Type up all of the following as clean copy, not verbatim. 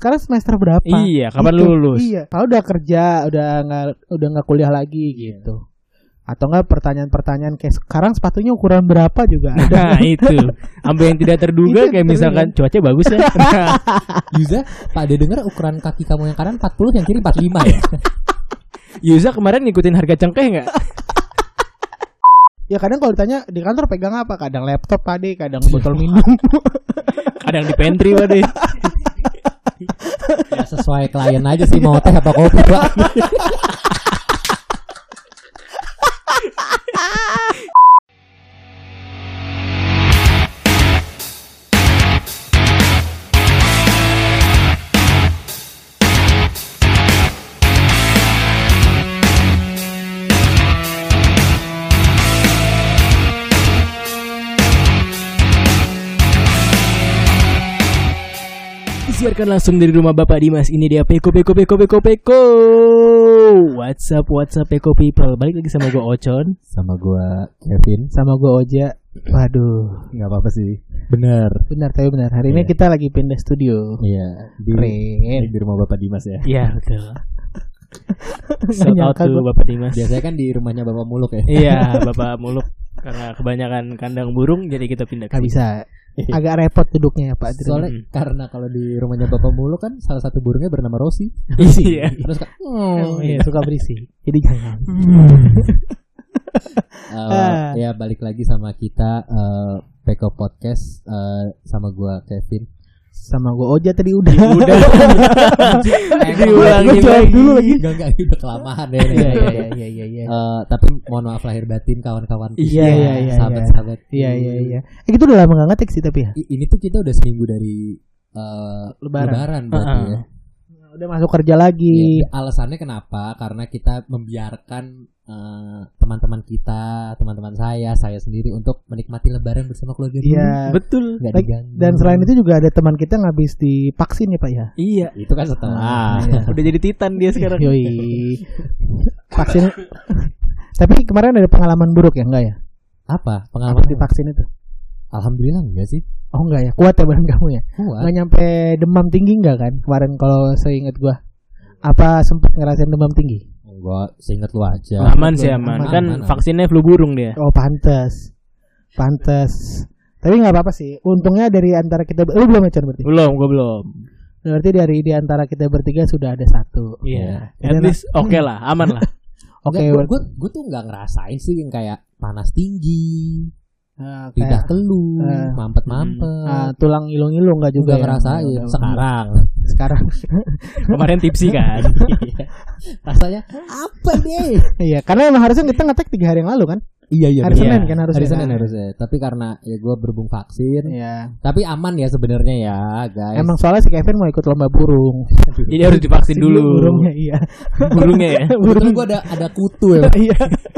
sekarang semester berapa? Iya, kapan gitu. lulus? Iya, kalau udah kerja, udah nggak kuliah lagi gitu. Atau enggak pertanyaan-pertanyaan kayak sekarang sepatunya ukuran berapa juga ada. Nah itu sampai yang tidak terduga kayak misalkan cuaca bagus ya. Yuza, Pak Ade dengar ukuran kaki kamu yang kanan 40, yang kiri 45 ya. Yuza kemarin ngikutin harga cengkeh nggak? Ya kadang kalau ditanya di kantor pegang apa? Kadang laptop Pak Ade, kadang botol minum. Kadang di pantry Pak Ade. Ya sesuai klien aja sih, mau teh apa kopi Pak. Disiarkan langsung dari rumah Bapak Dimas. Ini dia Peko. WhatsApp Peko people. Balik lagi sama gue Ocon, Sama gua Kevin. Sama gue Oja. Waduh, Nggak apa-apa sih. Bener. benar. Hari ini kita lagi pindah studio. Iya. Keren. Di rumah Bapak Dimas ya. Iya betul. Nggak nyangka Shout out to gua. Bapak Dimas. Biasanya kan di rumahnya Bapak Muluk ya. Iya Bapak Muluk. Karena kebanyakan kandang burung, jadi kita pindah ke Gak sini. bisa. Agak repot duduknya ya Pak. Soalnya karena kalau di rumahnya Bapak Muluk kan salah satu burungnya bernama Rosi. Iya. Terus kan Iya, suka berisi. Jadi jangan. ya balik lagi sama kita Peko Podcast sama gua Kevin. Sama gue Oja tadi udah. Udah. Diulangi Gua jawab lagi. dulu lagi. Enggak ini udah kelamaan ya. Iya. Tapi mohon maaf lahir batin kawan-kawan. Iya. Sahabat-sahabat. Iya. Gitu udah lama gak ngetik sih tapi ya. Ini tuh kita udah seminggu dari Lebaran berarti ya. Udah masuk kerja lagi. Ya, alasannya kenapa? Karena kita membiarkan teman-teman kita, teman-teman saya sendiri untuk menikmati Lebaran bersama keluarga dulu. Iya. Betul. Nggak diganggu. Dan selain itu juga ada teman kita yang habis divaksin ya Pak ya. Iya. Itu kan setelah. Udah jadi titan dia sekarang. Yoi. Vaksin. Tapi kemarin ada pengalaman buruk ya enggak ya? Apa? Habis Pengalaman divaksin itu. Alhamdulillah enggak sih? Oh enggak ya? Kuat ya badan kamu ya? Kuat. Enggak nyampe demam tinggi enggak kan? Kemarin kalau seingat gua. Apa sempat ngerasain demam tinggi? Enggak, seingat lu aja. Aman sih aman. Kan aman. vaksinnya flu burung dia. Oh pantes. Tapi nggak apa-apa sih. Untungnya dari antara kita, lu belum ya Con berarti? Gue belum. Berarti di antara kita bertiga sudah ada satu. Iya. Jadi At least oke lah, aman lah. Oke. Gue tuh nggak ngerasain sih yang kayak panas tinggi, lidah Kayak keluh, mampet. tulang ilung-ilung nggak juga Juga ya? ngerasain. Sekarang. Kemarin tipsi kan. Rasanya apa deh? Iya, karena emang harusnya kita ngetek 3 hari yang lalu kan? Iya. Hari bener. Senin kan harusnya. Hari Senin harusnya. Tapi karena ya gue berhubung vaksin. Iya. Tapi aman ya sebenarnya ya guys. Emang soalnya si Kevin mau ikut lomba burung. Jadi harus divaksin dulu. Burungnya iya. Burungnya ya. Kebetulan gue ada kutu ya. Iya.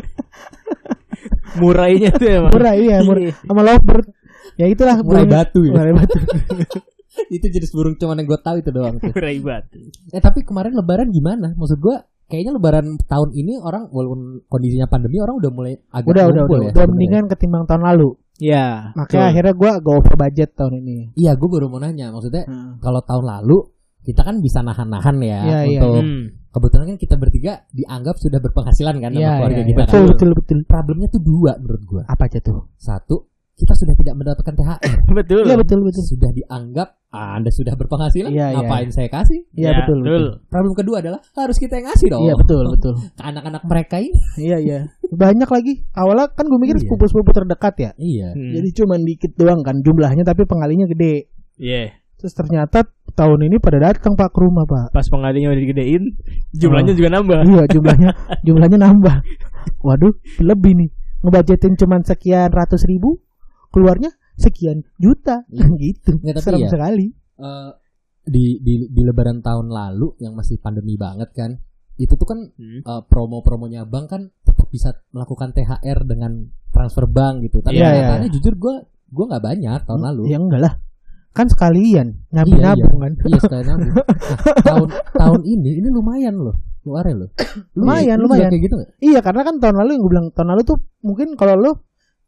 Murainya tuh emang. Murah sama lovebird. Ya itulah Murai batu ya. Murai batu. Itu jenis burung cuman yang gue tahu itu doang tuh. Murai batu. Tapi kemarin Lebaran gimana? Maksud gue kayaknya Lebaran tahun ini orang walaupun kondisinya pandemi orang udah mulai agak ngumpul ya. Udah mendingan ketimbang tahun lalu. Ya. Makanya akhirnya gue agak over budget tahun ini. Iya, gue baru mau nanya. Maksudnya kalau tahun lalu kita kan bisa nahan-nahan ya Iya. untuk kebetulan kan kita bertiga dianggap sudah berpenghasilan kan sama keluarga kita kan. Betul. Problemnya tuh 2 menurut gue. Apa aja tuh? 1, kita sudah tidak mendapatkan THR. Betul. Iya betul. Sudah dianggap Anda sudah berpenghasilan, Iya. ngapain saya kasih? Iya Ya, betul. Problem kedua adalah harus kita yang ngasih dong. Iya betul. Ke anak-anak mereka ini. Iya. Banyak lagi. Awalnya kan gue mikir Iya. sepupu-sepupu terdekat ya. Iya. Jadi cuman dikit doang kan jumlahnya, tapi pengalinya gede. Iya. Terus ternyata tahun ini pada datang Pak ke rumah Pak. Pas pengalinya udah digedein, jumlahnya juga nambah. Iya jumlahnya nambah. Waduh lebih nih. Ngebudgetin cuman sekian ratus ribu, keluarnya sekian juta. Gitu. Nggak, tapi Serem ya, sekali. Di Lebaran tahun lalu yang masih pandemi banget kan, itu tuh kan promo-promonya bank kan tetap bisa melakukan THR dengan transfer bank gitu. Tapi nyatanya jujur gue nggak banyak tahun lalu. Ya enggak lah. Kan sekalian nabung kan. Iya sekalian nabung. Nah, tahun ini lumayan loh. Lumayan. Lumayan. Kayak gitu gak? Iya karena kan tahun lalu yang gue bilang tahun lalu tuh mungkin kalau lo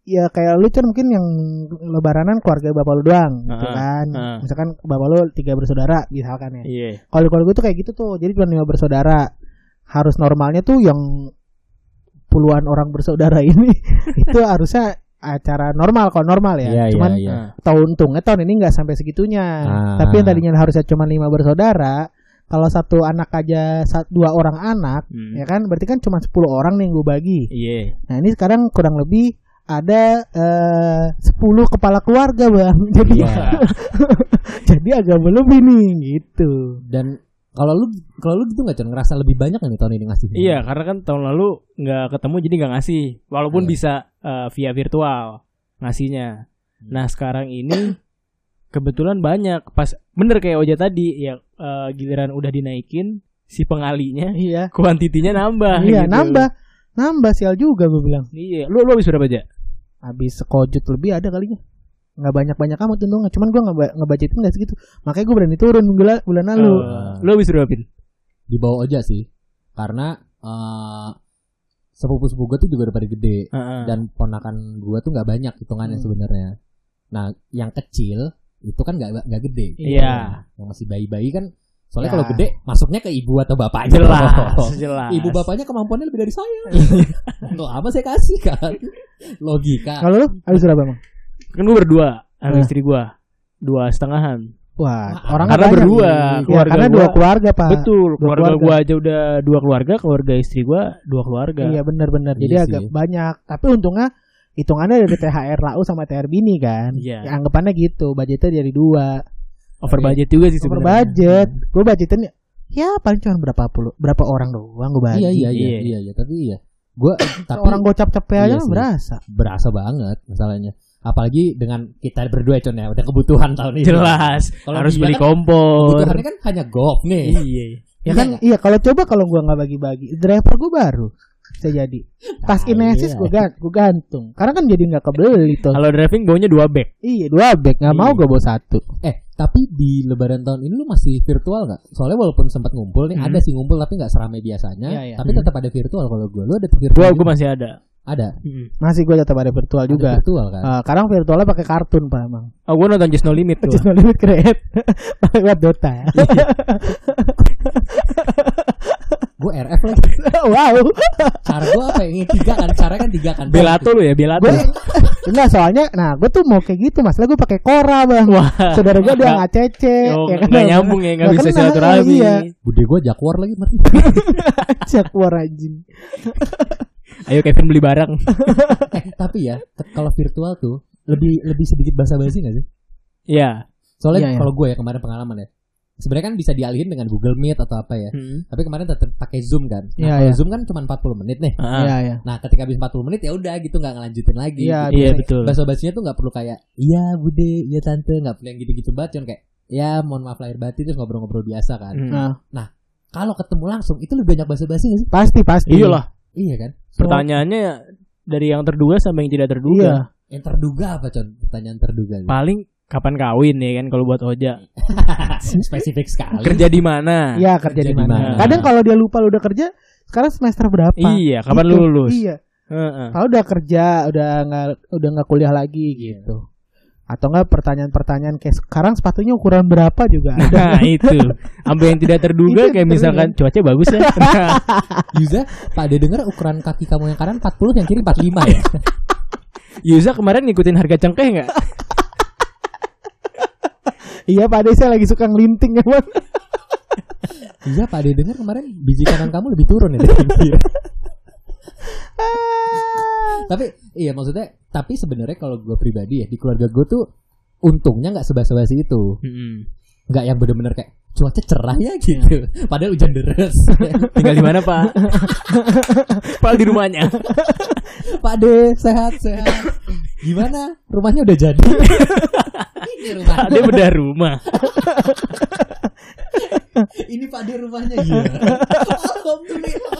ya kayak lu kan mungkin yang lebaranan keluarga bapak lu doang gitu kan. Misalkan bapak lu 3 bersaudara misalkan ya. Iya. Kalau keluarga gue tuh kayak gitu tuh. Jadi cuma 5 bersaudara. Harus normalnya tuh yang puluhan orang bersaudara ini itu harusnya acara normal kalau normal ya. Cuman tahun ini nggak sampai segitunya. Tapi yang tadinya harusnya cuma 5 bersaudara, kalau satu anak aja 2 orang anak, ya kan berarti kan cuma 10 orang nih yang gue bagi. Iya. Nah ini sekarang kurang lebih ada 10 kepala keluarga bang. Jadi jadi agak berlebih nih gitu. Dan kalau lu gitu nggak Con, ngerasa lebih banyak nih tahun ini ngasih? Iya, karena kan tahun lalu nggak ketemu jadi nggak ngasih, walaupun bisa via virtual ngasihnya. Nah sekarang ini kebetulan banyak, pas bener kayak Oja tadi ya, giliran udah dinaikin si pengalinya, kuantitinya nambah. Iya gitu. nambah sial juga gue bilang. Iya, lu habis berapa aja? Habis sekojut lebih ada kalinya. Nggak banyak amat untungnya, cuman gue ngebudgetin nggak segitu, makanya gue berani turun bulan lalu. Lu habis berapa Pin? Di bawah Oja sih, karena sepupu gue tuh juga udah pada gede, dan ponakan gue tuh nggak banyak hitungannya sebenarnya. Nah yang kecil itu kan nggak gede, yang masih bayi-bayi kan. Soalnya kalau gede masuknya ke ibu atau bapaknya. Jelas. Ibu bapaknya kemampuannya lebih dari saya. Untuk apa saya kasih kan? Logika. Kalau lu habis berapa bang? Kan gue berdua sama istri gue 2,5. Wah, orang karena berdua, keluarga karena 2 keluarga pak. Betul, keluarga gue aja udah 2 keluarga, keluarga istri gue 2 keluarga. Iya benar. Jadi agak banyak. Tapi untungnya hitungannya dari THR lau sama THR bini kan. Iya. Ya, anggapannya gitu, budgetnya dari 2. Over budget juga sih sebenarnya. Over budget. Gue budgetin ya paling cuma berapa orang doang gue bagi. Iya. Tapi iya. Tapi orang gocap capek aja berasa banget masalahnya. Apalagi dengan kita berdua Con ya, udah kebutuhan tahun ini. Jelas. Harus beli kompor. Kebutuhannya kan hanya GoP nih. Iya. Ya kan iya kalau gua enggak bagi-bagi, driver gua baru bisa jadi. Pas Inesis gua gantung. Karena kan jadi enggak kebeli tuh. Kalau driving baunya 2 bag. Iya, 2 bag, enggak mau gua bawa 1. Tapi di lebaran tahun ini lu masih virtual enggak? Soalnya walaupun sempat ngumpul nih, ada sih ngumpul tapi enggak seramai biasanya, tapi tetap ada virtual kalau gua. Lu ada virtual? Gua masih ada. Ada. Masih gue tetap ada virtual juga. Virtual kan. Sekarang virtualnya pakai kartun Pak emang. Gue nonton Just No Limit tuh. Just No Limit keren. Lewat Dota. Gue RF lagi. Wow. Cara gue apa ini 3 kan? Caranya kan 3 kan. Belato lu ya, Belato. Enggak, soalnya gue tuh mau kayak gitu Mas. Lah gue pakai Kora Bang. Wah. Saudara gue dia ACC. Ya kan? Gak nyambung ya, gak bisa silaturahmi. Bude gue Jaguar lagi mati. Jaguar anjing. Ayo Kevin beli barang. Tapi ya kalau virtual tuh lebih sedikit basa-basi nggak sih? Iya. Soalnya kalau gue ya kemarin pengalaman ya, sebenarnya kan bisa dialihin dengan Google Meet atau apa ya. Tapi kemarin tetap pakai Zoom kan. Nah, kalau Zoom kan cuma 40 menit nih. Iya. Nah ketika habis 40 menit ya udah gitu nggak ngelanjutin lagi. Iya betul. Basa-basinya tuh nggak perlu kayak iya bude, iya tante, nggak perlu yang gitu-gitu banget. Cuman kayak ya mohon maaf lahir batin terus ngobrol-ngobrol biasa kan. Nah kalau ketemu langsung itu lebih banyak basa-basi nggak sih? Pasti. Iyalah. Iya kan. Pertanyaannya dari yang terduga sampai yang tidak terduga. Iya. Yang terduga apa Con? Pertanyaan terduga. Paling kapan kawin ya kan kalau buat Oja. Spesifik sekali. Kerja di mana? Iya, kerja di mana. Kadang kalau dia lupa lu udah kerja, sekarang semester berapa? Iya, kapan lulus? Iya. Kalau udah kerja, udah enggak kuliah lagi gitu. Atau enggak pertanyaan-pertanyaan kayak sekarang sepatunya ukuran berapa juga ada. Nah itu sampai yang tidak terduga kayak misalkan cuaca bagus ya. Yuza, Pak Ade dengar ukuran kaki kamu yang kanan 40, yang kiri 45 ya. Yuza kemarin ngikutin harga cengkeh nggak? Iya Pak Ade, saya lagi suka ngelinting ya Bang. Yuza, Pak Ade dengar kemarin biji kanan kamu lebih turun ya dari kiri. Tapi iya maksudnya, tapi sebenarnya kalau gue pribadi ya di keluarga gue tuh untungnya nggak sebasa-basi itu, nggak yang benar-benar kayak cuaca cerah ya gitu, padahal hujan deras. Tinggal di mana Pak? Pak di rumahnya. Pak De sehat. Gimana? Rumahnya udah jadi? Ini rumah. Ade bedah rumah. Ini Pak De rumahnya iya. Alhamdulillah.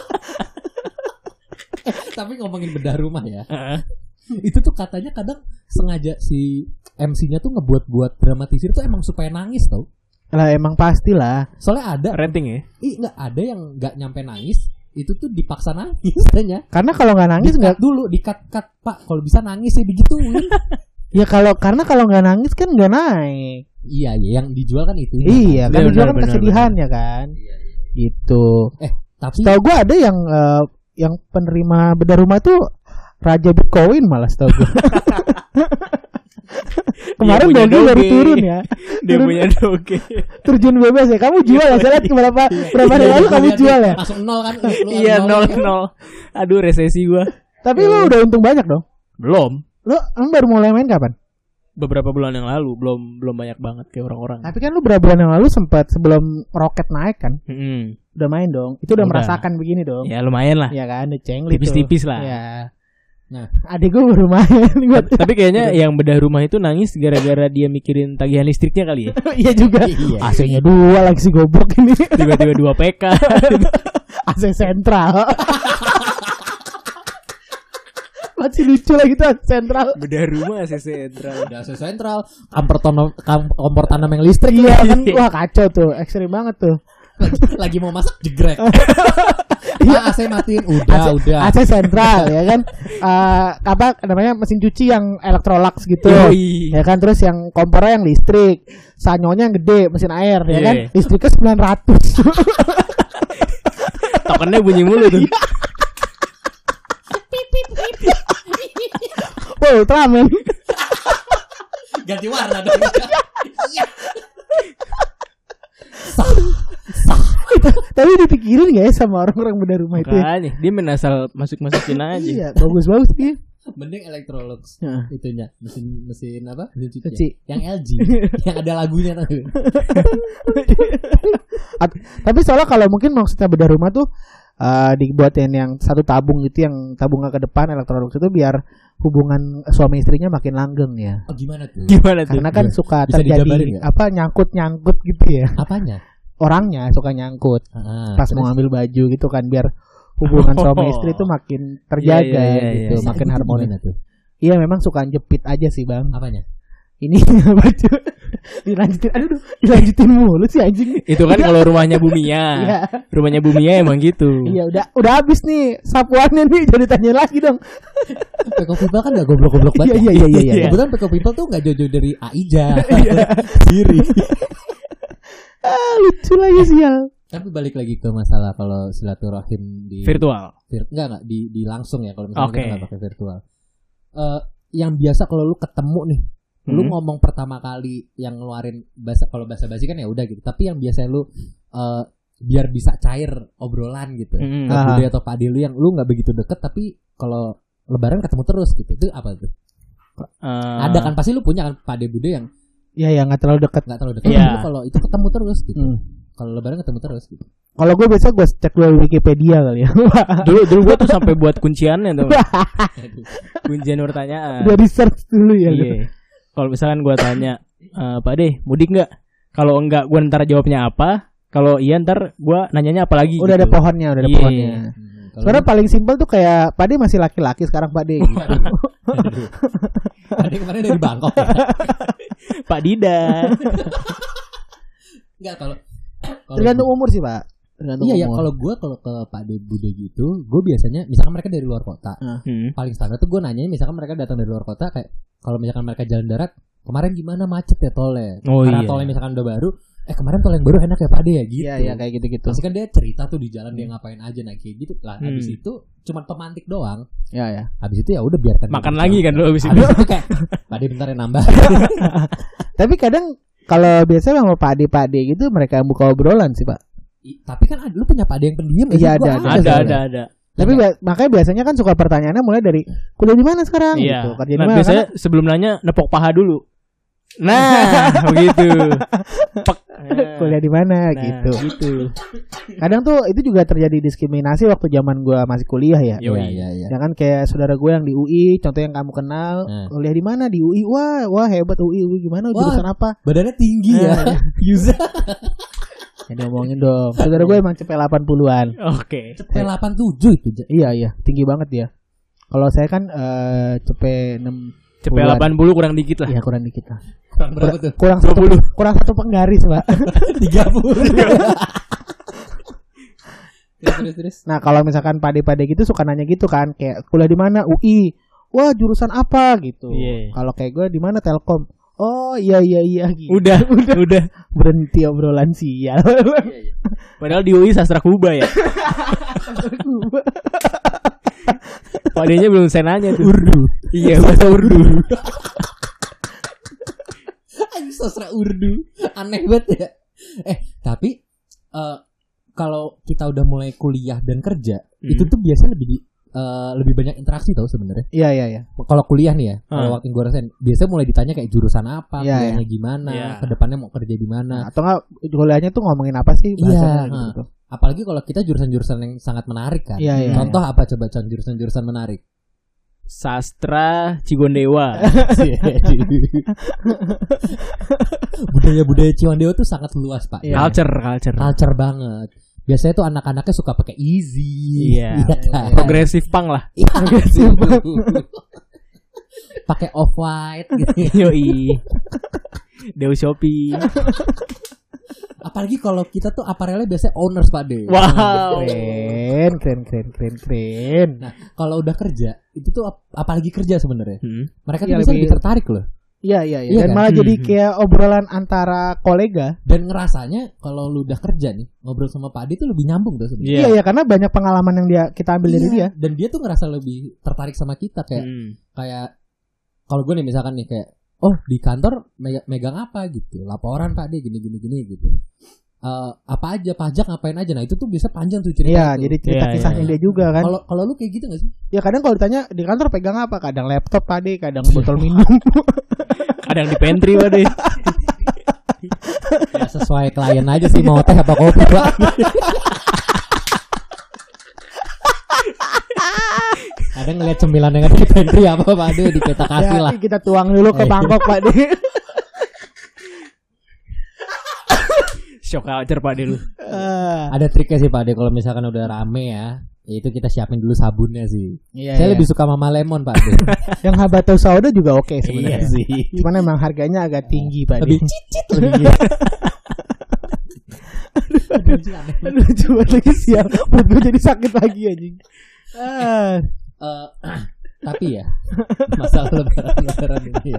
Tapi ngomongin bedah rumah ya, itu tuh katanya kadang sengaja si MC-nya tuh ngebuat dramatisir tuh emang supaya nangis tau. Lah emang pastilah. Soalnya ada renting ya. Nggak ada yang nggak nyampe nangis, itu tuh dipaksa nangis katanya. Karena kalau nggak nangis nggak dulu dikat Pak, kalau bisa nangis ya digituin. Ya karena kalau nggak nangis kan nggak naik. Iya, yang dijual kan itu. Iya, kan dijual kan kesedihannya kan. Gitu. Tapi setahu gue ada yang penerima bedah rumah tuh raja Bitcoin malah setahu gue. Kemarin Doge baru turun ya. Dia punya Doge. Terjun bebas ya. Kamu jual ya? Saya lihat berapa hari lalu kamu jual ya? Langsung 0 kan? Iya 0. Aduh resesi gua. Tapi lo udah untung banyak dong? Belum. Lo baru mulai main kapan? Beberapa bulan yang lalu. Belum banyak banget kayak orang-orang. Tapi kan lu beberapa bulan yang lalu sempat sebelum roket naik kan? Udah main dong. Itu udah merasakan begini dong. Ya lumayan lah. Ya kan, udah cenglit tipis-tipis lah. Ya. Nah, adik gue baru main. Tapi kayaknya yang bedah rumah itu nangis gara-gara dia mikirin tagihan listriknya kali ya. Iya juga. AC-nya 2 lagi si goblok ini. Tiba-tiba 2 PK. AC sentral. Masih lucu lagi tuh AC sentral. Bedah rumah AC sentral. Udah AC sentral. Kompor tanam yang listrik. Iya kan. Wah kacau tuh. Ekstrim banget tuh. Lagi mau masak jegrek. AC matiin udah. AC sentral ya kan. Apa namanya mesin cuci yang Electrolux gitu. Ya kan, terus yang kompornya yang listrik. Sanyonya yang gede, mesin air ya kan. Listriknya 900. Tokennya bunyi mulu tuh. Ultraman. Ganti warna dong. Tapi dipikirin gak ya sama orang-orang bedah rumah itu? Makanya dia menasal masukin aja. Iya, bagus sih. Mending Electrolux itunya mesin apa? Mesin cuci. Yang LG yang ada lagunya tuh. Tapi soalnya kalau mungkin maksudnya bedah rumah tuh dibuatin yang satu tabung gitu, yang tabungnya ke depan Electrolux itu biar hubungan suami istrinya makin langgeng ya. Oh, gimana tuh? Karena kan suka bisa terjadi apa nyangkut gitu ya. Apanya? Orangnya suka nyangkut pas mau ngambil baju gitu kan, biar hubungan suami istri itu makin terjaga gitu, makin harmonis. Iya memang suka jepit aja sih bang. Apanya? Ini baju dilanjutin mulu sih anjing. Itu kan kalau rumahnya Bumia. Rumahnya Bumia emang gitu. Iya udah habis nih sapuannya nih, jadi tanya lagi dong. Peko People kan gak goblok-goblok banget. Iya. Kebetulan Peko People tuh gak jauh-jauh dari Aija. Diri. Lucu lagi sial. Tapi balik lagi ke masalah kalau silaturahim di virtual. Enggak di langsung ya, kalau misalnya kita enggak pakai virtual. Yang biasa kalau lu ketemu nih, lu ngomong pertama kali yang ngeluarin kalau bahasa basi kan ya udah gitu. Tapi yang biasa lu biar bisa cair obrolan gitu. Bude atau Pak De lu yang lu enggak begitu deket tapi kalau lebaran ketemu terus gitu. Itu apa tuh? Ada kan pasti lu punya kan Pak De Bude yang ya nggak terlalu dekat. Iya. Kalau itu ketemu terus gitu. Kalau lebaran ketemu terus gitu. Kalau gue biasa gue cek dulu Wikipedia kali ya. dulu gue tuh sampai buat kunciannya tuh. Kuncian pertanyaan. Gue research dulu ya. Iya. Kalau misalkan gue tanya, Pak De mudik nggak? Kalau enggak gue ntar jawabnya apa? Kalau iya ntar gue nanyanya apa lagi? Udah gitu. Ada pohonnya. Sebenarnya paling simpel tuh kayak Pak De masih laki-laki sekarang Pak De. Gitu. Pak De kemarin dari Bangkok ya. Pak Dida. Enggak kalau tergantung umur sih Pak. Iya kalau ke Pak De Bude gitu, gue biasanya misalkan mereka dari luar kota, paling standar tuh gue nanya misalkan mereka datang dari luar kota, kayak kalau misalkan mereka jalan darat kemarin gimana macet ya tolnya, karena tolnya misalkan udah baru, kemarin tol yang baru enak ya Pak De ya gitu. Iya kayak gitu. Pasti kan dia cerita tuh di jalan dia ngapain aja kayak gitu lah. Habis itu cuma pemantik doang. Iya. Habis itu ya udah biarkan makan lagi kan lo habis itu. Kayak Pak De bentar ya nambah. Tapi kadang kalau biasanya sama Pak De gitu mereka buka obrolan sih Pak. Tapi kan lu punya Pak De yang pendiam. Iya ada. Tapi makanya biasanya kan suka pertanyaannya mulai dari kuliah di mana sekarang gitu. Kerja di mana? Biasanya sebelum nanya nepok paha dulu. Nah, begitu. Kuliah di mana gitu. Kadang tuh itu juga terjadi diskriminasi waktu zaman gue masih kuliah ya. Iya. Ya kan kayak saudara gue yang di UI, contoh yang kamu kenal, kuliah di mana di UI. Wah hebat UI gimana jurusan apa? Badannya tinggi ya. Yuza. Jadi ngomongin dong. Saudara gue emang cepet 80-an. Oke. Cepet 87 itu. Iya, tinggi banget ya. Kalau saya kan cepet 6 CP 80 kurang dikit lah. Iya kurang dikit lah. Kurang berapa tuh? Kurang 10. Kurang 1 penggaris Pak. 30. Terus. Nah, kalau misalkan pade-pade gitu suka nanya gitu kan, kayak kuliah di mana? UI. Wah, jurusan apa gitu. Kalau kayak gue di mana? Telkom. Oh, iya gitu. Udah. Berhenti obrolan sial. Padahal di UI sastra Kuba ya. Padenya belum saya nanya tuh. Urdu. Iya, bahasa Urdu. Sastra Urdu. Aneh banget ya. Tapi kalau kita udah mulai kuliah dan kerja, itu tuh biasanya lebih banyak interaksi tau sebenarnya. Iya. Kalau kuliah nih ya, kalau waktu gue rasain, biasanya mulai ditanya kayak jurusan apa, kuliahnya gimana, kedepannya mau kerja di mana. Atau enggak kuliahnya tuh ngomongin apa sih bahasanya gitu. Apalagi kalau kita jurusan-jurusan yang sangat menarik kan. Contoh apa coba jurusan-jurusan menarik? Sastra Cigondewa. Budaya Cigondewa tuh sangat luas, Pak. Culture banget. Biasanya tuh anak-anaknya suka pakai easy. Iya. Progresif punk lah. Pakai off-white gitu. Yoi. Deus Shopee. Apalagi kalau kita tuh aparelnya biasanya owners, Pak De. Wow. Keren. Nah, kalau udah kerja, itu tuh apalagi kerja sebenarnya. Mereka tuh bisa lebih tertarik loh. Iya. Dan kan? Malah jadi kayak obrolan antara kolega. Dan ngerasanya kalau lu udah kerja nih, ngobrol sama Pak Adi tuh lebih nyambung tuh sebenarnya. Iya, karena banyak pengalaman yang kita ambil dari dia. Dan dia tuh ngerasa lebih tertarik sama kita kayak kalau gue nih misalkan nih kayak di kantor megang apa gitu, laporan Pak Adi gini gitu. Apa aja pajak ngapain aja, nah itu tuh bisa panjang tuh cerita. Iya, jadi cerita kisahnya dia juga kan. Kalau lu kayak gitu nggak sih? Ya kadang kalau ditanya di kantor pegang apa, kadang laptop Pak Adi, kadang botol minum, kadang di pantry Pak Adi. Ya sesuai klien aja sih, mau teh apa kopi Pak. Ada ngeliat cemilan yang ada di pantry apa Pak Adi, kita kasih lah. Kita tuang dulu ke Bangkok Pak Adi. Shock culture Pak De lu. Ada triknya sih Pak De, kalau misalkan udah rame ya, itu kita siapin dulu sabunnya sih. Saya lebih suka Mama Lemon Pak De. Yang Habatus Sauda juga oke sebenarnya. Iya sih. Cuman emang harganya agak tinggi Pak De. Lebih cicit. Aduh, coba lagi sial. Perut gue jadi sakit lagi anjing. Tapi ya masalah lebaran ini ya.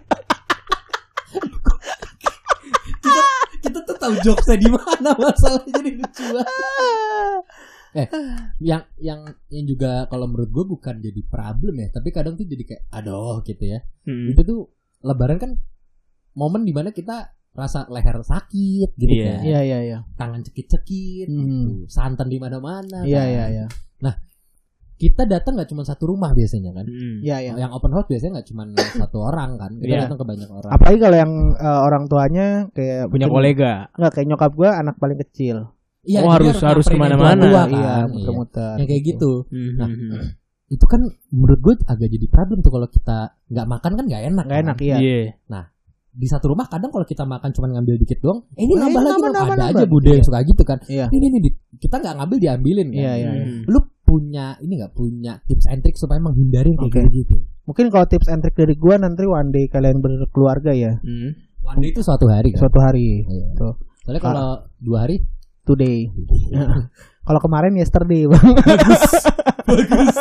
Kita tuh tahu jokesnya di mana, masalahnya jadi lucu banget. Yang juga kalau menurut gue bukan jadi problem ya, tapi kadang tuh jadi kayak aduh gitu ya. Itu tuh lebaran kan momen dimana kita rasa leher sakit gitu kan. Iya. Tangan cekit-cekit, gitu. Santan di mana-mana. Iya. Nah, kita datang nggak cuma satu rumah biasanya kan. Iya. Yang open house biasanya nggak cuma satu orang kan. Kita datang ke banyak orang. Apalagi kalau yang orang tuanya kayak punya kolega. Enggak, kayak nyokap gue anak paling kecil. Iya, harus kemana-mana. Iya, muter-muter. Yang kayak gitu. Nah, itu kan menurut gue agak jadi problem tuh kalau kita nggak makan kan nggak enak. Nggak enak, iya. Nah, di satu rumah kadang kalau kita makan cuma ngambil dikit doang, ini nambah lagi ada aja budaya yang suka gitu kan. Ini kita nggak ngambil diambilin kan. Iya. Lu punya tips and trick supaya menghindari kayak gitu. Mungkin kalau tips and trick dari gua nanti one day kalian berkeluarga ya. One day itu suatu hari kan. Suatu hari. Iya. Tuh. Soalnya kalau 2 hari today. Kalau kemarin yesterday, Bang. Bagus.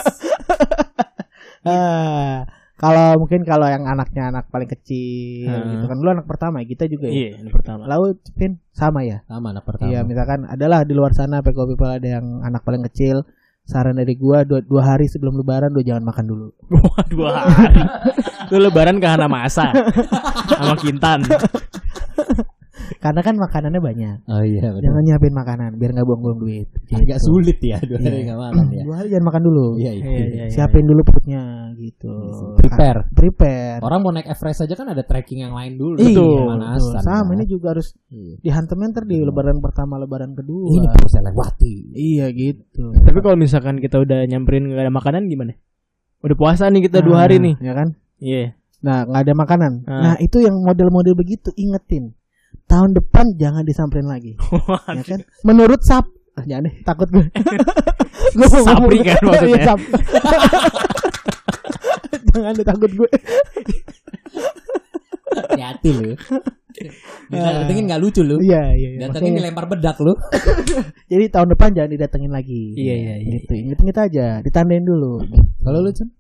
Kalau yang anaknya anak paling kecil gitu kan. Lu anak pertama, kita juga ya. Iya, anak pertama. Lalu Pin sama ya? Sama anak pertama. Iya, misalkan adalah di luar sana people ada yang anak paling kecil. Saran dari gua 2 hari sebelum lebaran lu jangan makan dulu. Wah, 2 hari. Lu lebaran ke Hanamasa sama Kintan. Karena kan makanannya banyak. Oh iya betul. Jangan nyiapin makanan biar enggak buang-buang duit. Agak sulit ya 2 hari enggak makan ya. 2 hari jangan makan dulu. Iya. Siapin dulu perutnya gitu. Prepare. Orang mau naik Everest aja kan ada trekking yang lain dulu. Betul. Sama ini juga harus dihantemin di lebaran pertama, lebaran kedua. Ini perlu saya lewati. Iya gitu. Tapi kalau misalkan kita udah nyamperin enggak ada makanan gimana? Udah puasa nih kita 2 hari nih. Ya kan? Iya. Nah, enggak ada makanan. Nah, itu yang model-model begitu ingetin. Tahun depan jangan disamperin lagi. Ya kan? Menurut jangan deh, takut gue. Gue Sapri kan maksudnya. Jangan deh, takut gue. Hati-hati lu. Didatengin nggak lucu lu. Iya. Datengin dilempar bedak lu. Jadi tahun depan jangan didatengin lagi. Iya. Gitu. Inget-inget aja, ditandain dulu. Kalau lu Cun?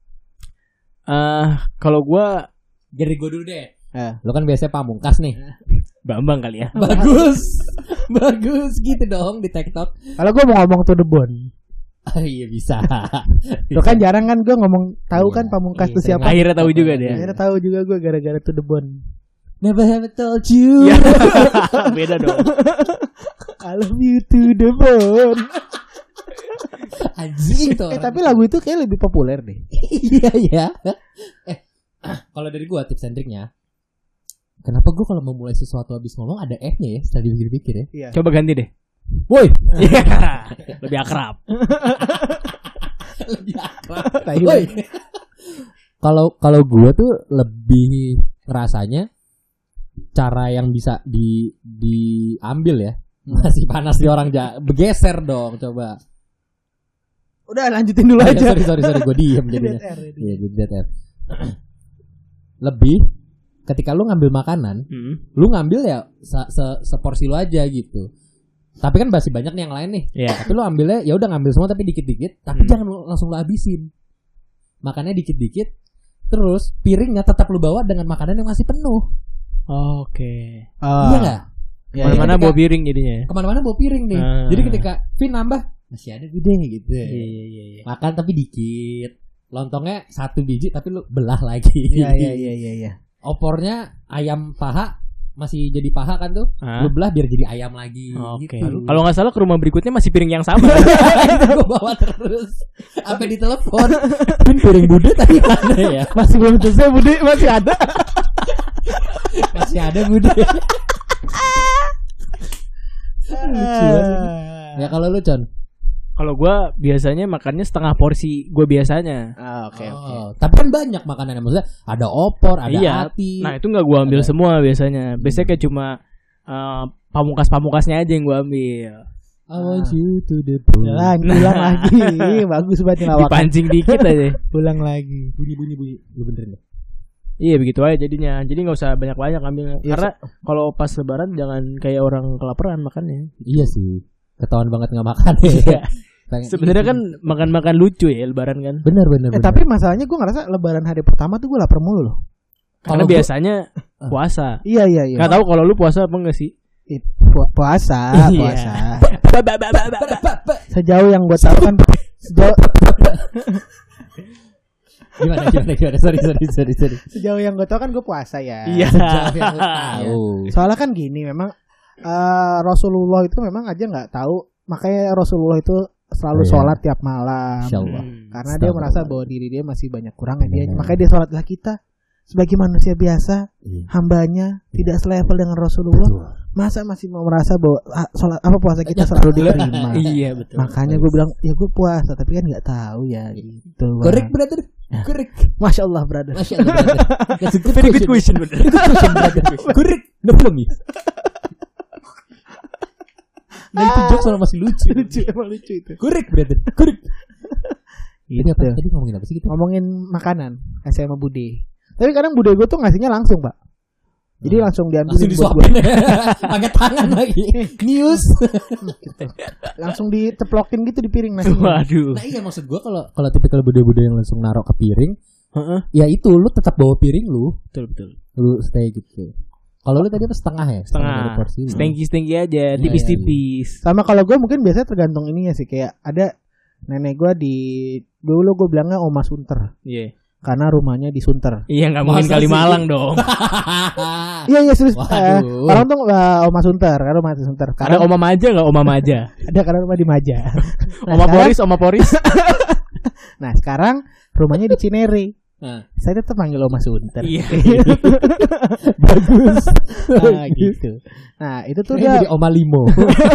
Kalau gua Dari gue dulu deh. Lu kan biasanya Pamungkas nih. Bambang kali ya. Bagus gitu dong di TikTok. Kalau gua mau ngomong to the bone. Iya bisa. Lo kan jarang kan gue ngomong tahu kan Pamungkas itu siapa. Akhirnya tahu juga dia. Akhirnya tahu juga gue gara-gara to the bone. Never have I told you. Beda dong. I love you to the bone. Anjing tuh. Tapi lagu itu kayak lebih populer deh. Iya. Kalau dari gue tips and triknya, kenapa gue kalau mau mulai sesuatu habis ngomong ada F-nya ya? Setelah dipikir-pikir ya. Iya. Coba ganti deh. Woi. Lebih akrab. Woi. Kalau gue tuh lebih rasanya cara yang bisa diambil ya. Masih panas di orang bergeser dong, coba. Udah lanjutin dulu aja. Sorry gue diem jadinya. Iya, jadi dead air. Lebih ketika lu ngambil makanan, lu ngambil ya seporsi lu aja gitu. Tapi kan masih banyak nih yang lain nih. Yeah. Tapi lu ambilnya ya udah ngambil semua tapi dikit-dikit, tapi jangan langsung lu habisin. Makannya dikit-dikit, terus piringnya tetap lu bawa dengan makanan yang masih penuh. Oke. Iya enggak? Kemana-mana bawa piring jadinya. Kemana-mana bawa piring nih. Jadi ketika Vin nambah, masih ada gede gitu. Iya. Makan tapi dikit. Lontongnya 1 biji tapi lu belah lagi. Iya. Opornya ayam paha masih jadi paha kan tuh. Lu belah biar jadi ayam lagi. Oke. Gitu. Kalau nggak salah ke rumah berikutnya masih piring yang sama. Itu gue bawa terus. Sampai ditelepon. Pin piring bude tadi mana ya? Masih belum selesai bude, masih ada. Masih ada bude. Lucu banget. Ya kalau lu Con? Kalau gue biasanya makannya setengah porsi gue biasanya. Oke. Tapi kan banyak makanannya, maksudnya ada opor, ada hati. Nah itu nggak gue ambil semua biasanya. Biasanya kayak cuma pamungkas-pamungkasnya aja yang gue ambil. I want you to the pool. Ulang lagi. Bagus banget lawakan. Dipancing dikit aja. Ulang lagi. Bunyi. Lu benerin deh. Iya begitu aja jadinya. Jadi nggak usah banyak-banyak ambilnya. Iya, karena kalau pas lebaran jangan kayak orang kelaparan makannya. Iya sih. Ketahuan banget nggak makan ya. Sebenarnya kan makan-makan lucu ya lebaran kan. Bener. Tapi masalahnya gue ngerasa lebaran hari pertama tuh gue lapar mulu loh. Karena biasanya puasa. Iya. Nggak tahu kalau lu puasa apa enggak sih? Puasa. Sejauh yang gue tahu kan Gimana? Sorry. Sejauh yang gue tahu kan gue puasa ya. Iya. Soalnya kan gini, memang Rasulullah itu memang aja nggak tahu, makanya Rasulullah itu selalu sholat tiap malam. Karena dia merasa bahwa diri dia masih banyak kurangnya dia, makanya dia sholatlah kita sebagai manusia biasa, hambanya tidak selevel dengan Rasulullah. Masa masih mau merasa bahwa sholat apa puasa kita selalu diterima? Iya betul. Makanya gue bilang ya gue puasa, tapi kan nggak tahu ya gitu. Correct brother. Correct. Masya Allah brother. That's a very good question brother. Correct. No problem ya. Nah itu jokes soal masih lucu. Emang lucu itu. Correct brother. Correct. Gitu. Tadi ngomongin apa sih gitu? Ngomongin makanan kasih sama Bude. Tapi kadang Bude gue tuh ngasihnya langsung Pak. Jadi langsung diambil, langsung disuapin, pakai tangan lagi. News, langsung diteplokin gitu di piring nasi. Waduh. Nah iya maksud gue kalau tipikal bude-bude yang langsung narok ke piring, ya itu lu tetap bawa piring lu, betul. Lu stay gitu. Kalau lu tadi apa setengah ya? Setengah. Stengki aja, tipis-tipis. Sama kalau gue mungkin biasanya tergantung ininya sih, kayak ada nenek gue dulu gue bilangnya Oma Sunter. Iya. Karena rumahnya di Sunter. Iya nggak mungkin Kalimalang dong. Iya serius. Orang tuh Oma Sunter, karena rumah di Sunter. Ada Oma Maja nggak Oma Maja? Ada karena rumah di Maja. Oma Poris. Nah sekarang rumahnya di Cinere. Saya tetap panggil Oma Sunter. Iya. Bagus. Nah gitu. Nah itu tuh dia jadi Oma Limo.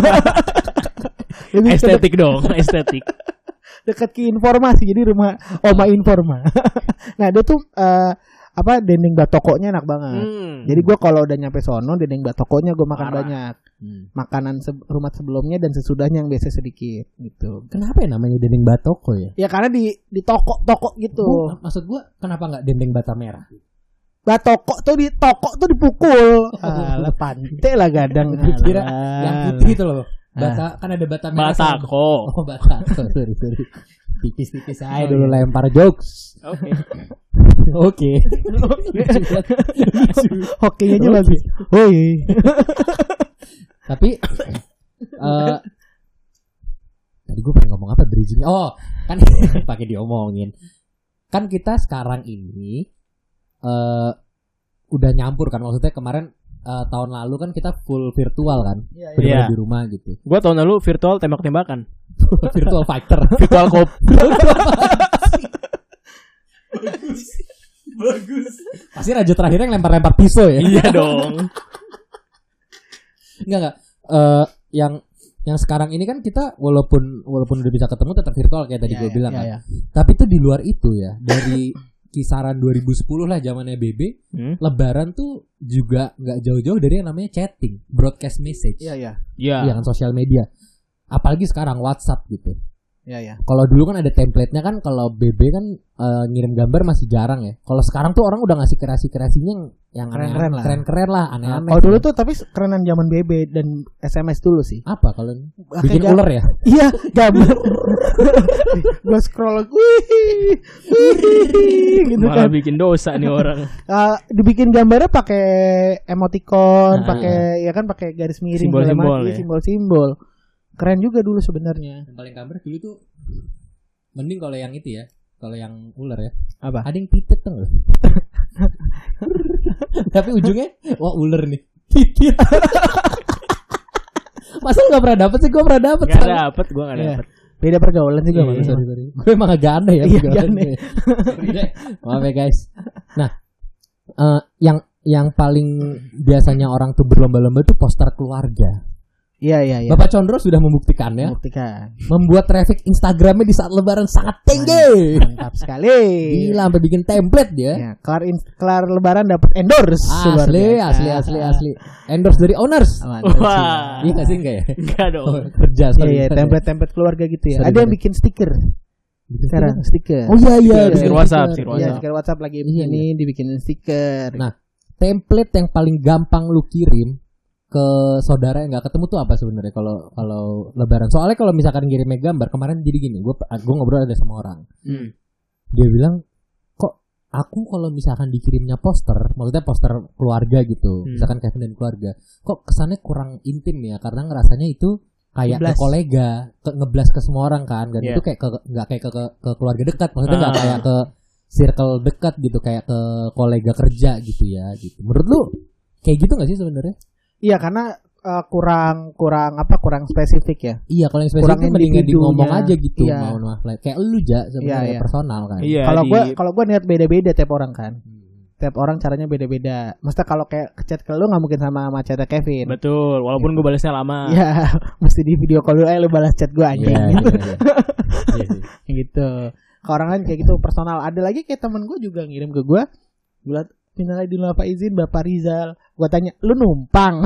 Estetik dong, estetik. Dekat ke informasi, jadi rumah Oma Informa. Nah dia tuh dendeng batokonya enak banget. Jadi gue kalau udah nyampe sono dendeng batokonya gue makan banyak. Makanan rumah sebelumnya dan sesudahnya yang biasa sedikit gitu. Kenapa ya namanya dendeng batoko ya? Ya karena di toko gitu. Maksud gue kenapa nggak dendeng bata merah? Lah toko tuh dipukul. Alah pantai lah gadang. Kira yang putih itu loh. Bata kan ada bata merah. Batako. Oh batako. Sorry. Tipis-tipis aja dulu lempar jokes. Oke. Oke aja bagus. Woi. Tapi tadi gue pengen ngomong apa bridging? Oh, kan pakai diomongin. Kan kita sekarang ini udah nyampur kan, maksudnya kemarin tahun lalu kan kita full virtual kan, di rumah gitu. Gua tahun lalu virtual tembak-tembakan, virtual fighter, virtual cop. Bagus. Pasti raja terakhirnya yang lempar-lempar pisau ya? Iya dong. Enggak. Yang sekarang ini kan kita walaupun udah bisa ketemu tetap virtual kayak tadi gue bilang kan. Tapi itu di luar itu ya, dari kisaran 2010 lah zamannya BB, Lebaran tuh juga nggak jauh-jauh dari yang namanya chatting, broadcast message. Iya. Yang sosial media. Apalagi sekarang WhatsApp gitu. Iya. Kalau dulu kan ada template-nya kan, kalau BB kan ngirim gambar masih jarang ya. Kalau sekarang tuh orang udah ngasih kreasi-kreasinya yang keren-keren lah, aneh-aneh. Kalau dulu tuh tapi kerenan zaman BB dan SMS dulu sih. Apa kalau bikin ular ya? Iya, gambar. Gua scroll gitu malah kan. Bikin dosa nih orang. Dibikin gambarnya pakai emoticon, pakai pakai garis miring, simbol-simbol. Keren juga dulu sebenarnya. Yang paling gambar dulu tuh mending kalau yang itu ya, kalau yang ular ya. Apa? Ada yang titit tuh. Tapi ujungnya wah ular nih. Titit. Masa lu gak pernah dapet sih? Gue pernah dapet. Gue gak dapet. Beda pergaulan sih gue. Sorry. Gue emang agak aneh ya. Iya aneh. Maaf ya guys. Nah, yang paling biasanya orang tuh berlomba-lomba tuh poster keluarga. Iya. Bapak Condro sudah membuktikannya. Membuat traffic Instagramnya di saat Lebaran sangat tinggi. Mantap sekali. Gila, sampai bikin template dia. Ya, kelar Lebaran dapat endorse. Asli. Endorse dari owners. Wah. Iya sih enggak ya? Enggak dong. Kerja. Iya, template keluarga gitu ya. Ada yang bikin stiker. Sekarang stiker. Oh iya. Stiker WhatsApp. Iya, stiker WhatsApp lagi ini dibikinin stiker. Nah, template yang paling gampang lu kirim ke saudara yang nggak ketemu tuh apa sebenarnya kalau Lebaran? Soalnya kalau misalkan ngirimnya gambar, kemarin jadi gini, gue ngobrol ada sama orang, dia bilang kok aku kalau misalkan dikirimnya poster, maksudnya poster keluarga gitu, misalkan Kevin dan keluarga, kok kesannya kurang intim ya, karena ngerasanya itu kayak ke kolega, ngeblas ke semua orang kan, dan itu kayak nggak kayak ke keluarga dekat, maksudnya nggak kayak ke circle dekat gitu, kayak ke kolega kerja gitu ya, gitu. Menurut lu kayak gitu nggak sih sebenarnya? Iya, karena kurang spesifik ya. Iya, kalau yang spesifik mendingan di ngomong aja gitu. Mau kayak lu sebenarnya personal kan. Iya, kalau gua niat beda-beda tiap orang kan. Tiap orang caranya beda-beda. Maksudnya kalau kayak chat ke lu nggak mungkin sama chatnya Kevin. Betul, walaupun gue balasnya lama. Iya, mesti di video call dulu, lu balas chat gue anjing gitu. Gitu. Kalau orang lain kayak gitu personal. Ada lagi kayak temen gue juga ngirim ke gue bilang, "Minal aidin wal faizin Bapak Rizal." Gua tanya, "Lu numpang?"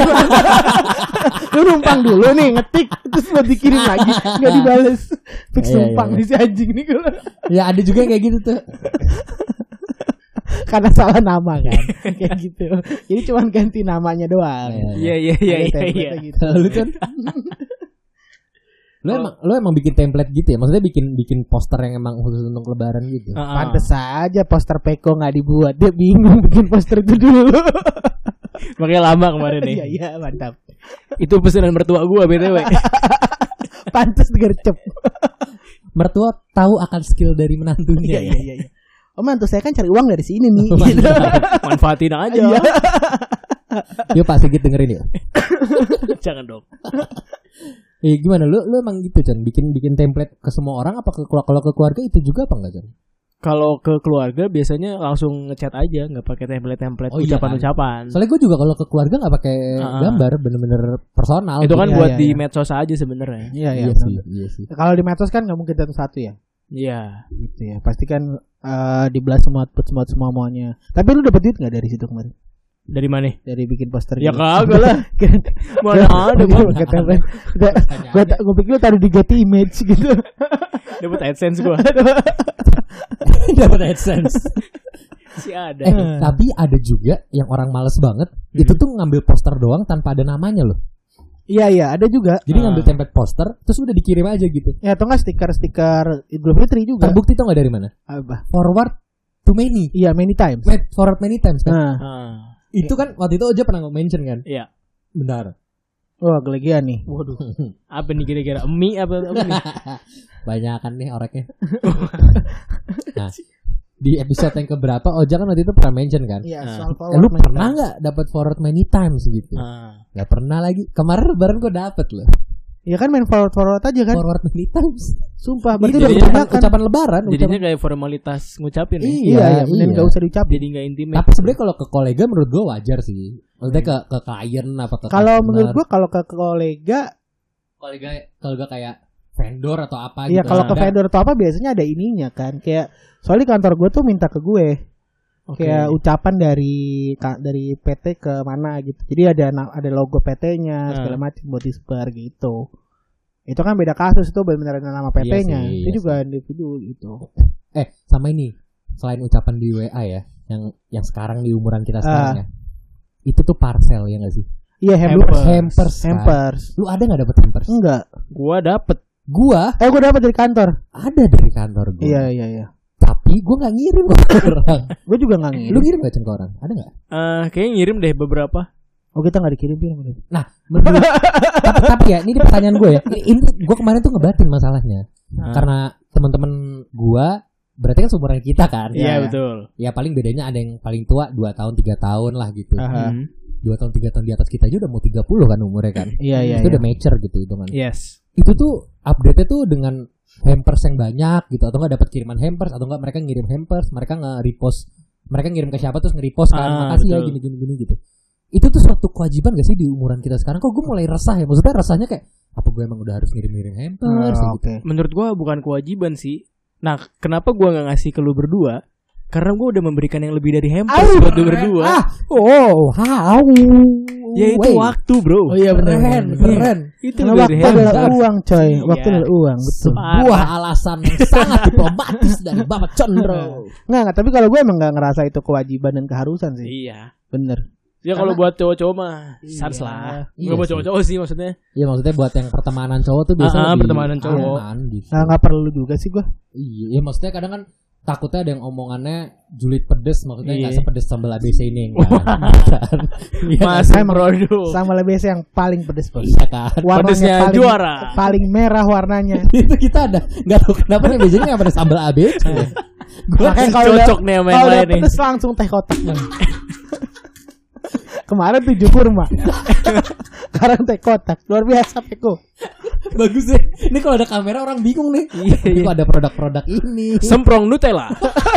Lu numpang dulu nih ngetik terus mau dikirim lagi enggak dibales. Fix numpang di si anjing nih gua. Ya ada juga kayak gitu tuh. Karena salah nama kan. Kayak gitu. Jadi cuma ganti namanya doang. Iya. Gitu. Lu kan Lu emang bikin template gitu ya? Maksudnya bikin poster yang emang khusus untuk Lebaran gitu? Pantes aja poster Peko gak dibuat. Dia bingung bikin poster itu dulu. Makanya lama kemarin nih. Iya mantap. Itu pesanan mertua gua BTW. Pantes gercep. Mertua tahu akan skill dari menantunya. Iya. Oh, mantu saya kan cari uang dari sini nih. Manfaatin aja. Yuk Pak Sigit dengerin yuk. Jangan dong. Gimana lu emang gitu Chan, bikin template ke semua orang apa kalau ke keluarga itu juga apa enggak Chan? Kalau ke keluarga biasanya langsung ngechat aja, nggak pakai template ucapan-ucapan. Soalnya gue juga kalau ke keluarga nggak pakai gambar, bener-bener personal. Itu kan buat di medsos aja sebenarnya. Iya sih. Kalau di medsos kan nggak mungkin satu ya. Iya. Gitu ya. Pasti kan dibelas semua maunya. Tapi lu dapet duit nggak dari situ kemarin? Dari mana? Dari bikin poster. Ya kagak lah. Mana ada gua. Gue pikir lu taruh di Getty Image gitu. Dapat AdSense gua. Dapat AdSense. ada. Tapi ada juga yang orang males banget, itu tuh ngambil poster doang tanpa ada namanya loh. Iya, ada juga. Jadi ngambil template poster, terus udah dikirim aja gitu. Ya, atau nggak stiker Idul Fitri juga. Terbukti tau nggak dari mana? Apa? Forward to many. Iya, many times. Forward many times kan. Itu kan waktu itu aja pernah mention kan. Iya. Benar. Wah, gelegian nih. Waduh. Apa nih kira-kira? Mie apa nih? Banyakan nih oreknya. Nah, di episode yang keberapa Oja kan waktu itu pernah mention kan? Iya, soal lu pernah nggak dapat forward many times gitu? Nggak pernah lagi. Kemarin lebaran gue dapet loh. Ya kan main forward aja kan? Forward many times. Sumpah, berarti udah ucapan lebaran. Jadinya kayak formalitas ngucapin nih. Iya, bener nggak usah diucap. Jadi nggak intimate. Tapi sebenarnya kalau ke kolega menurut gue wajar sih. Maksudnya ke klien apa ke kalau menurut gue kalau ke kolega kayak vendor atau apa iya, gitu. kalau ke vendor atau apa biasanya ada ininya kan. Kayak soalnya kantor gue tuh minta ke gue. Kayak ucapan dari PT ke mana gitu. Jadi ada logo PT-nya segala macam buat disper gitu. Itu kan beda kasus, itu benar-benar nama PT-nya. Itu juga individu gitu. Sama ini. Selain ucapan di WA ya, yang sekarang di umuran kita sekarang ya. Itu tuh parcel ya enggak sih? Iya, hampers. Lu ada enggak dapet hampers? Enggak. Gua dapet dari kantor. Ada dari kantor gua. Iya. Tapi gue gak ngirim ke orang. Gue juga gak ngirim. Lu ngirim gak ke orang? Ada gak? Kayaknya ngirim deh beberapa. Oh, kita gak dikirim. Nah, tapi ya ini pertanyaan gue ya. Ini gue kemarin tuh ngebatin masalahnya. Karena teman-teman gue berarti kan seumuran kita kan. Iya, betul. Ya paling bedanya ada yang paling tua 2 tahun 3 tahun lah gitu. 2 tahun 3 tahun di atas kita aja udah mau 30 kan umurnya kan. Iya. Itu udah mature gitu hitungan. Yes. Itu tuh update-nya tuh dengan hampers yang banyak gitu, atau enggak dapat kiriman hampers, atau enggak mereka ngirim hampers, mereka nge-repost, mereka ngirim ke siapa terus nge-repost kan, makasih betul. Ya gini gitu. Itu tuh suatu kewajiban gak sih di umuran kita sekarang? Kok gue mulai resah ya, maksudnya rasanya kayak apa gue emang udah harus ngirim hampers gitu. Menurut gue bukan kewajiban sih. Nah, kenapa gue gak ngasih ke lu berdua? Karena gue udah memberikan yang lebih dari hampers buat lu berdua. Ya itu waktu, bro. Oh iya benar. Keren. Itu waktu adalah uang, coy. Waktu adalah uang, betul. Sebuah alasan yang sangat diplomatis dari Bapak Condro. Enggak, tapi kalau gue emang enggak ngerasa itu kewajiban dan keharusan sih. Iya. Bener. Ya kalau buat cowok-cowok mah sans lah. Enggak buat cowok-cowok sih maksudnya. Iya, maksudnya buat yang pertemanan cowok tuh biasanya pertemanan cowok. Enggak perlu juga sih gue. Iya, maksudnya kadang kan takutnya ada yang omongannya julid pedes, maksudnya nggak sepedes sambal ABC ini kan. Mas produk sambal ABC yang paling pedes bos. Iya kan. Pedesnya juara. Paling merah warnanya. Itu kita ada nggak tahu kenapa nih biasanya nggak pada sambal ABC. Gue cocok nih sama yang lain nih. Pedes langsung teh kotak. Kemarin 7 kurma. Sekarang teh kotak. Luar biasa Peko. Bagus deh. Ini kalau ada kamera orang bingung nih. Iya. Ada produk-produk ini. Semprong Nutella.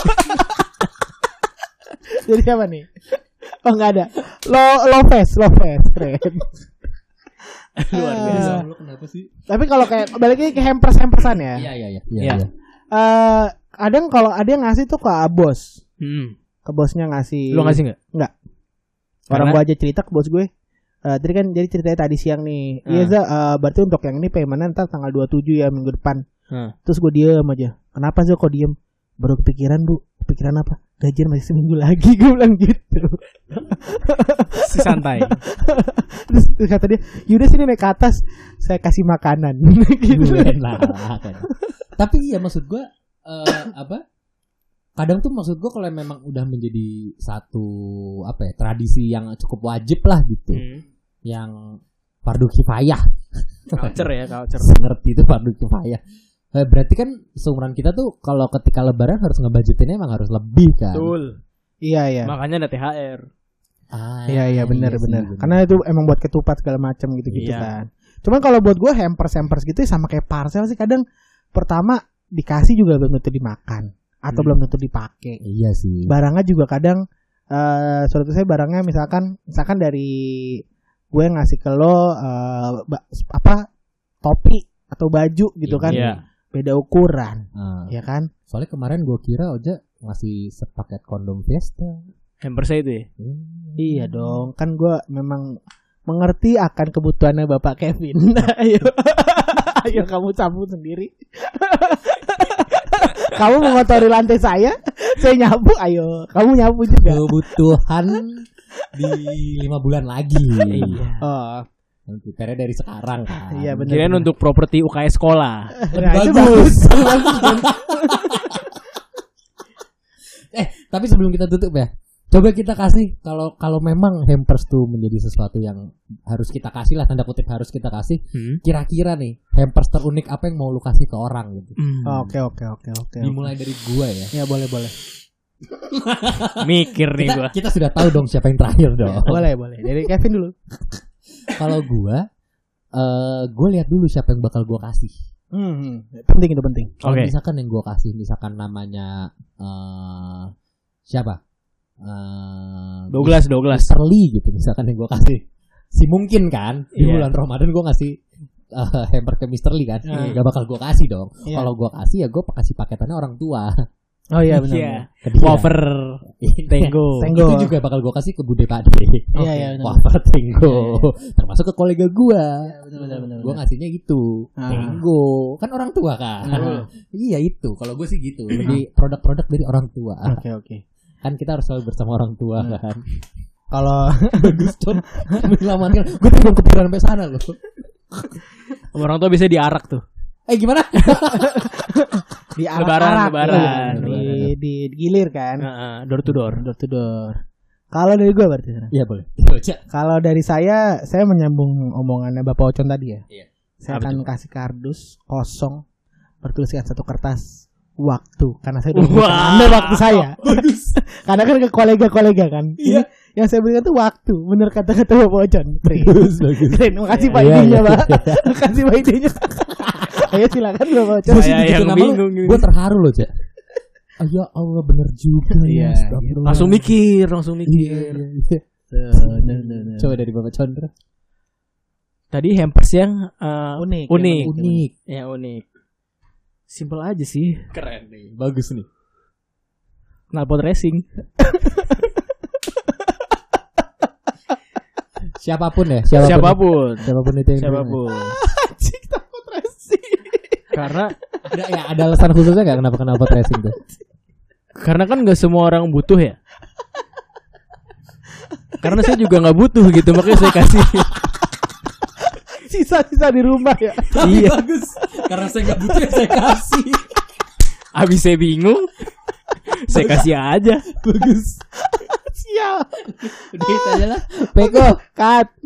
Jadi siapa nih? Oh enggak ada. Low face. Keren. Luar biasa. Kenapa sih? Tapi kalau kayak balik lagi ke hampersan ya. Iya. Kadang kalau ada yang ngasih tuh ke bos. Ke bosnya ngasih. Lu ngasih enggak? Enggak. Orang gua aja cerita ke bos gue. Jadi ceritanya tadi siang nih. Iya berarti untuk yang ini payment ntar tanggal 27 ya minggu depan. Terus gue diem aja. Kenapa sih kok diem? Baru kepikiran bu. Kepikiran apa? Gajian masih seminggu lagi. Gue bilang gitu. Si santai. Terus kata dia, yaudah sini naik ke atas, saya kasih makanan. Gitu. Tapi ya maksud gue kadang tuh maksud gue kalau memang udah menjadi satu tradisi yang cukup wajib lah gitu, yang fardu kifayah, culture. Ngerti itu fardu kifayah. Berarti kan seumuran kita tuh kalau ketika lebaran harus ngebudgetinnya emang harus lebih kan. Betul. Iya. Makanya ada THR. Iya benar. Karena itu emang buat ketupat segala macam gitu kan. Cuman kalau buat gue hampers gitu sama kayak parcel sih, kadang pertama dikasih juga belum tentu dimakan. Atau belum tentu dipakai. Iya sih. Barangnya juga kadang suatu saya barangnya misalkan dari gue ngasih ke lo topi atau baju gitu kan. Iya. Beda ukuran. Ya kan? Soalnya kemarin gue kira Oja ngasih sepaket kondom Fiesta. Hampersnya itu ya? Iya dong. Kan gue memang mengerti akan kebutuhannya Bapak Kevin. Ayo kamu cabut sendiri. Kamu mengotori lantai saya nyapu. Ayo, kamu nyapu juga. Kebutuhan di 5 bulan lagi. Oh. PR dari sekarang kan. Iya benar. Kirain untuk properti UKS sekolah. Nah, itu bagus. Tapi sebelum kita tutup ya, coba kita kasih kalau memang hampers tuh menjadi sesuatu yang harus kita kasih lah, tanda kutip harus kita kasih. Kira-kira nih hampers terunik apa yang mau lu kasih ke orang gitu. Oke. Dimulai dari gua ya. Ya boleh. Mikir nih gua. Kita sudah tahu dong siapa yang terakhir dong. Boleh. Dari Kevin dulu. Kalau gua lihat dulu siapa yang bakal gua kasih. Penting itu penting. Kalau misalkan yang gua kasih misalkan namanya siapa? Douglas Mr. Lee gitu misalkan yang gue kasih si mungkin kan di bulan Ramadan gue ngasih hamper ke Mr. Lee kan gak bakal gue kasih dong. Kalau gue kasih ya gue kasih paketannya orang tua. Oh iya benar. Wafer Tenggo. Itu juga bakal gue kasih ke Bude Pade. Iya Wafer Tenggo. Termasuk ke kolega gue. Benar. Gue ngasihnya gitu. Tenggo kan orang tua kan. Iya itu. Kalau gue sih gitu. Lebih produk-produk dari orang tua. Oke. Kan kita harus selalu bersama orang tua kan. Kalau bagus Con. Menyelamatkan. Gue tuh belum kepikiran sampai sana loh. Orang tua bisa diarak tuh. Gimana? Di lebaran. Di gilir kan. Door to door. Kalau dari gue berarti. Iya boleh. Kalau dari saya menyambung omongannya Bapak Ocon tadi ya. Iya. Saya akan kasih kardus kosong bertuliskan satu kertas waktu, karena saya udah ambil waktu saya. Karena kan ke kolega-kolega kan. Iya. Yang saya berikan tuh waktu. Bener kata-kata Bapak Ocon. Keren. Makasih Pak idenya, Pak. Makasih Pak idenya. Ayo silakan Bapak Ocon. Saya yang bingung. Gue terharu loh, Cak. Ya Allah bener juga. Iya. Langsung mikir. Coba dari Bapak Chandra. Tadi hampers yang unik. Ya unik. Simple aja sih. Keren nih. Bagus nih. Knalpot racing. Siapapun itu yang knalpot racing. Karena ada alasan khususnya enggak kenapa knalpot racing tuh? Karena kan enggak semua orang butuh ya. Karena saya juga enggak butuh gitu, makanya saya kasih. Sisa-sisa di rumah ya. Iya. Bagus. Karena saya enggak butuh ya saya kasih. Abis saya bingung, saya kasih aja. Bagus. Sial. Udah itu aja lah. Peko, cut.